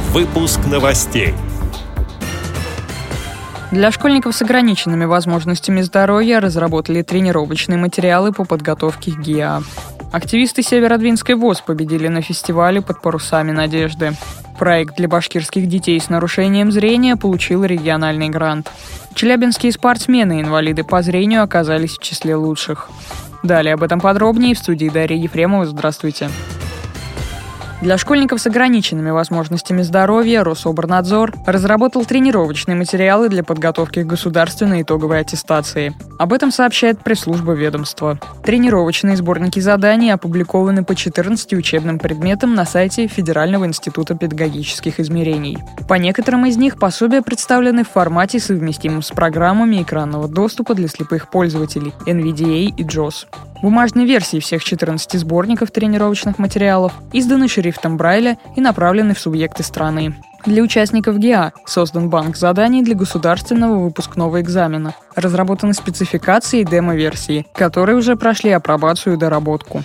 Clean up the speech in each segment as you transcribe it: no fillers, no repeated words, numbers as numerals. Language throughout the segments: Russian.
Выпуск новостей. Для школьников с ограниченными возможностями здоровья разработали тренировочные материалы по подготовке к ГИА. Активисты Северодвинской ВОС победили на фестивале «Под парусами надежды». Проект для башкирских детей с нарушением зрения получил региональный грант. Челябинские спортсмены и инвалиды по зрению оказались в числе лучших. Далее об этом подробнее в студии Дарья Ефремова. Здравствуйте. Для школьников с ограниченными возможностями здоровья Рособорнадзор разработал тренировочные материалы для подготовки к государственной итоговой аттестации. Об этом сообщает пресс-служба ведомства. Тренировочные сборники заданий опубликованы по 14 учебным предметам на сайте Федерального института педагогических измерений. По некоторым из них пособия представлены в формате, совместимом с программами экранного доступа для слепых пользователей NVDA и JAWS. Бумажные версии всех 14 сборников тренировочных материалов изданы шрифтом Брайля и направлены в субъекты страны. Для участников ГИА создан банк заданий для государственного выпускного экзамена. Разработаны спецификации и демо-версии, которые уже прошли апробацию и доработку.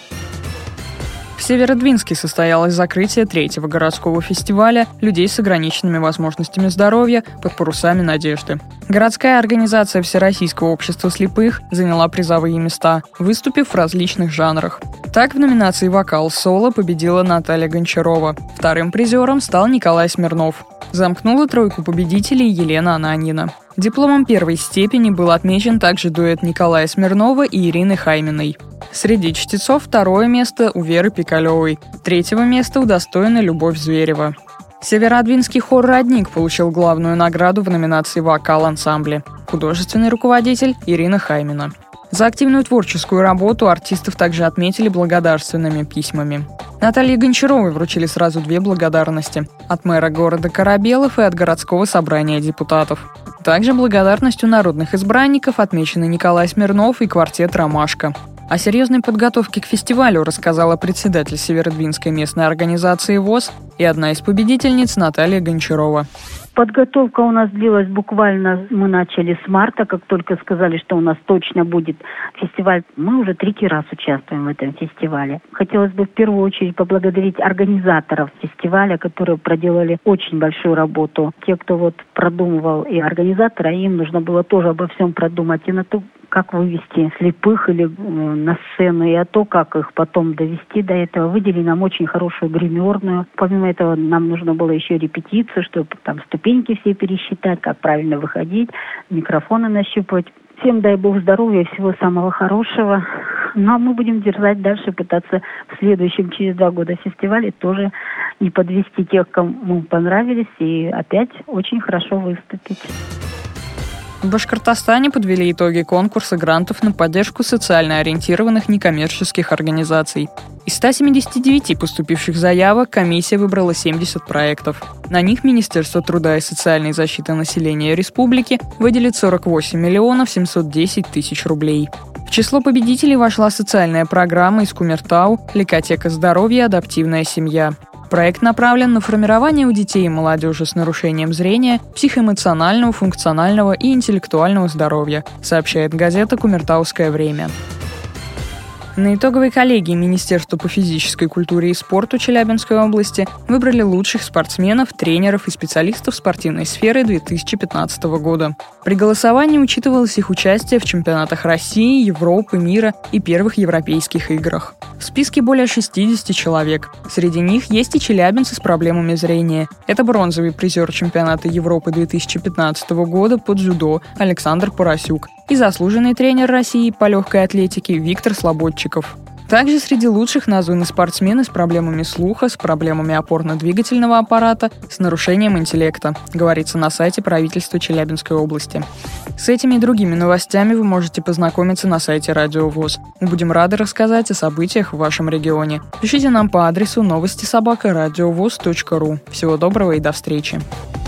В Северодвинске состоялось закрытие 3-го городского фестиваля людей с ограниченными возможностями здоровья «Под парусами надежды». Городская организация Всероссийского общества слепых заняла призовые места, выступив в различных жанрах. Так, в номинации «Вокал-соло» победила Наталья Гончарова. Вторым призером стал Николай Смирнов. Замкнула тройку победителей Елена Ананьина. Дипломом первой степени был отмечен также дуэт Николая Смирнова и Ирины Хайминой. Среди чтецов 2-е место у Веры Пикалевой, 3-го места удостоена Любовь Зверева. Северодвинский хор «Родник» получил главную награду в номинации «Вокал-ансамбле». Художественный руководитель Ирина Хаймина. За активную творческую работу артистов также отметили благодарственными письмами. Наталье Гончаровой вручили сразу 2 благодарности – от мэра города Корабелов и от городского собрания депутатов. Также благодарностью народных избранников отмечены Николай Смирнов и квартет «Ромашка». О серьезной подготовке к фестивалю рассказала председатель Северодвинской местной организации ВОС и одна из победительниц Наталья Гончарова. Подготовка у нас длилась буквально, мы начали с марта, как только сказали, что у нас точно будет фестиваль. Мы уже 3-й раз участвуем в этом фестивале. Хотелось бы в первую очередь поблагодарить организаторов фестиваля, которые проделали очень большую работу. Те, кто продумывал и организатора, им нужно было тоже обо всем продумать. И на то, как вывести слепых или на сцену, и о том, как их потом довести до этого. Выделили нам очень хорошую гримерную. Помимо этого, нам нужно было еще репетицию, чтобы там ступеньки все пересчитать, как правильно выходить, микрофоны нащупывать. Всем дай Бог здоровья, всего самого хорошего. Ну, а мы будем дерзать дальше, пытаться в следующем, через 2 года фестивале тоже не подвести тех, кому понравились, и опять очень хорошо выступить. В Башкортостане подвели итоги конкурса грантов на поддержку социально ориентированных некоммерческих организаций. Из 179 поступивших заявок комиссия выбрала 70 проектов. На них Министерство труда и социальной защиты населения республики выделит 48 миллионов 710 тысяч рублей. В число победителей вошла социальная программа из Кумертау «Лекотека здоровья. Адаптивная семья». Проект направлен на формирование у детей и молодежи с нарушением зрения, психоэмоционального, функционального и интеллектуального здоровья, сообщает газета «Кумертауское время». На итоговой коллегии Министерства по физической культуре и спорту Челябинской области выбрали лучших спортсменов, тренеров и специалистов спортивной сферы 2015 года. При голосовании учитывалось их участие в чемпионатах России, Европы, мира и первых европейских играх. В списке более 60 человек. Среди них есть и челябинцы с проблемами зрения. Это бронзовый призер чемпионата Европы 2015 года по дзюдо Александр Поросюк и заслуженный тренер России по легкой атлетике Виктор Слободчиков. Также среди лучших названы спортсмены с проблемами слуха, с проблемами опорно-двигательного аппарата, с нарушением интеллекта, говорится на сайте правительства Челябинской области. С этими и другими новостями вы можете познакомиться на сайте Радио ВОС. Мы будем рады рассказать о событиях в вашем регионе. Пишите нам по адресу новости@радиовос.ру. Всего доброго и до встречи.